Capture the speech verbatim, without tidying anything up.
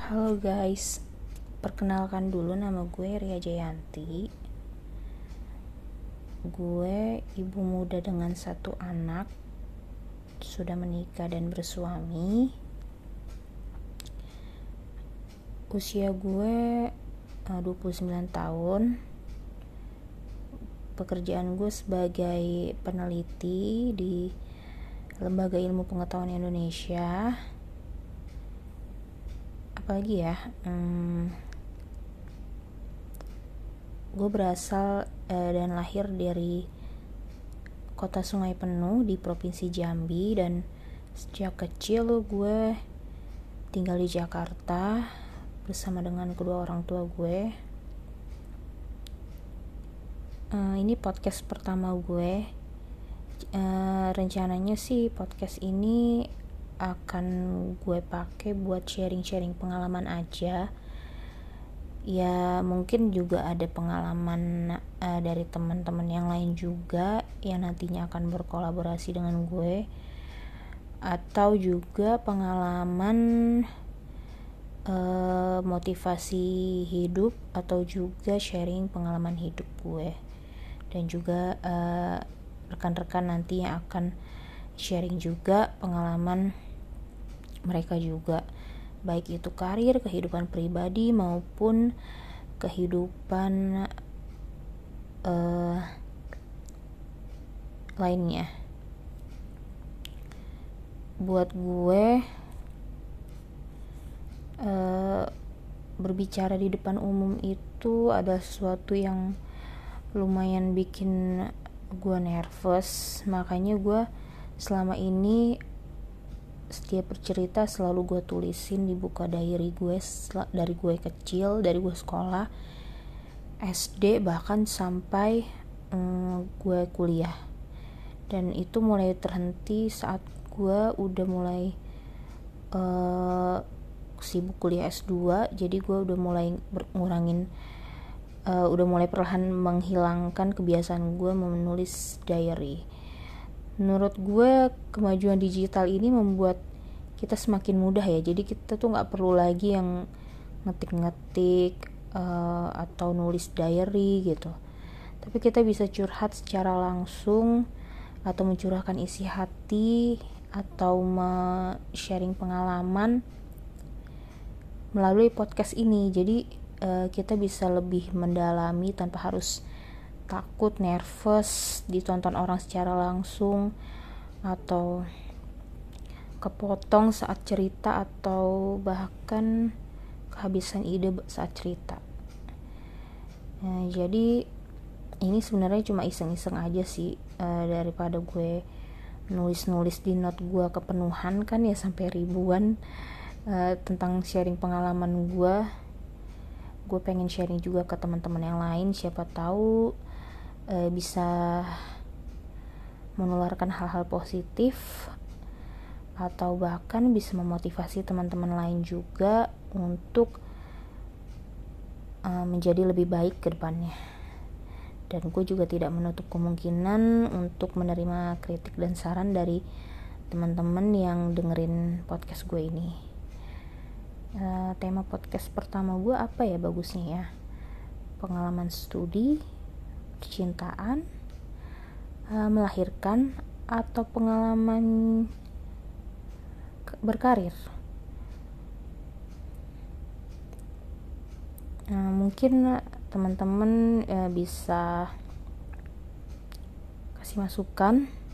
Halo guys, perkenalkan dulu nama gue Ria Jayanti. Gue ibu muda dengan satu anak, sudah menikah dan bersuami. Usia gue uh, dua puluh sembilan tahun. Pekerjaan gue sebagai peneliti di Lembaga Ilmu Pengetahuan Indonesia. Apalagi ya, hmm, gue berasal eh, dan lahir dari kota Sungai Penuh di Provinsi Jambi, dan sejak kecil gue tinggal di Jakarta bersama dengan kedua orang tua gue. Uh, ini podcast pertama gue. Uh, rencananya sih podcast ini akan gue pakai buat sharing-sharing pengalaman aja. Ya mungkin juga ada pengalaman uh, dari teman-teman yang lain juga yang nantinya akan berkolaborasi dengan gue, atau juga pengalaman uh, motivasi hidup, atau juga sharing pengalaman hidup gue, dan juga uh, rekan-rekan nanti yang akan sharing juga pengalaman mereka juga, baik itu karir, kehidupan pribadi maupun kehidupan uh, lainnya. Buat gue uh, berbicara di depan umum itu adalah sesuatu yang lumayan bikin gue nervous. Makanya gue selama ini setiap bercerita selalu gue tulisin di buku diary gue dari gue kecil, dari gue sekolah S D bahkan sampai um, gue kuliah. Dan itu mulai terhenti saat gue udah mulai uh, sibuk kuliah S dua. Jadi gue udah mulai ngurangin uh, udah mulai perlahan menghilangkan kebiasaan gue menulis diary. Menurut gue kemajuan digital ini membuat kita semakin mudah ya. Jadi kita tuh gak perlu lagi yang ngetik-ngetik uh, atau nulis diary gitu. Tapi kita bisa curhat secara langsung, atau mencurahkan isi hati, atau sharing pengalaman melalui podcast ini. Jadi uh, kita bisa lebih mendalami tanpa harus takut, nervous ditonton orang secara langsung, atau kepotong saat cerita, atau bahkan kehabisan ide saat cerita. Nah, jadi ini sebenarnya cuma iseng-iseng aja sih, uh, daripada gue nulis-nulis di note gue kepenuhan kan ya sampai ribuan uh, tentang sharing pengalaman gue. Gue pengen sharing juga ke teman-teman yang lain, siapa tahu uh, bisa menularkan hal-hal positif, atau bahkan bisa memotivasi teman-teman lain juga untuk uh, menjadi lebih baik ke depannya. Dan gue juga tidak menutup kemungkinan untuk menerima kritik dan saran dari teman-teman yang dengerin podcast gue ini. Uh, tema podcast pertama gue apa ya bagusnya ya? Pengalaman studi, percintaan, uh, melahirkan, atau pengalaman berkarir. Nah, mungkin teman-teman uh, bisa kasih masukan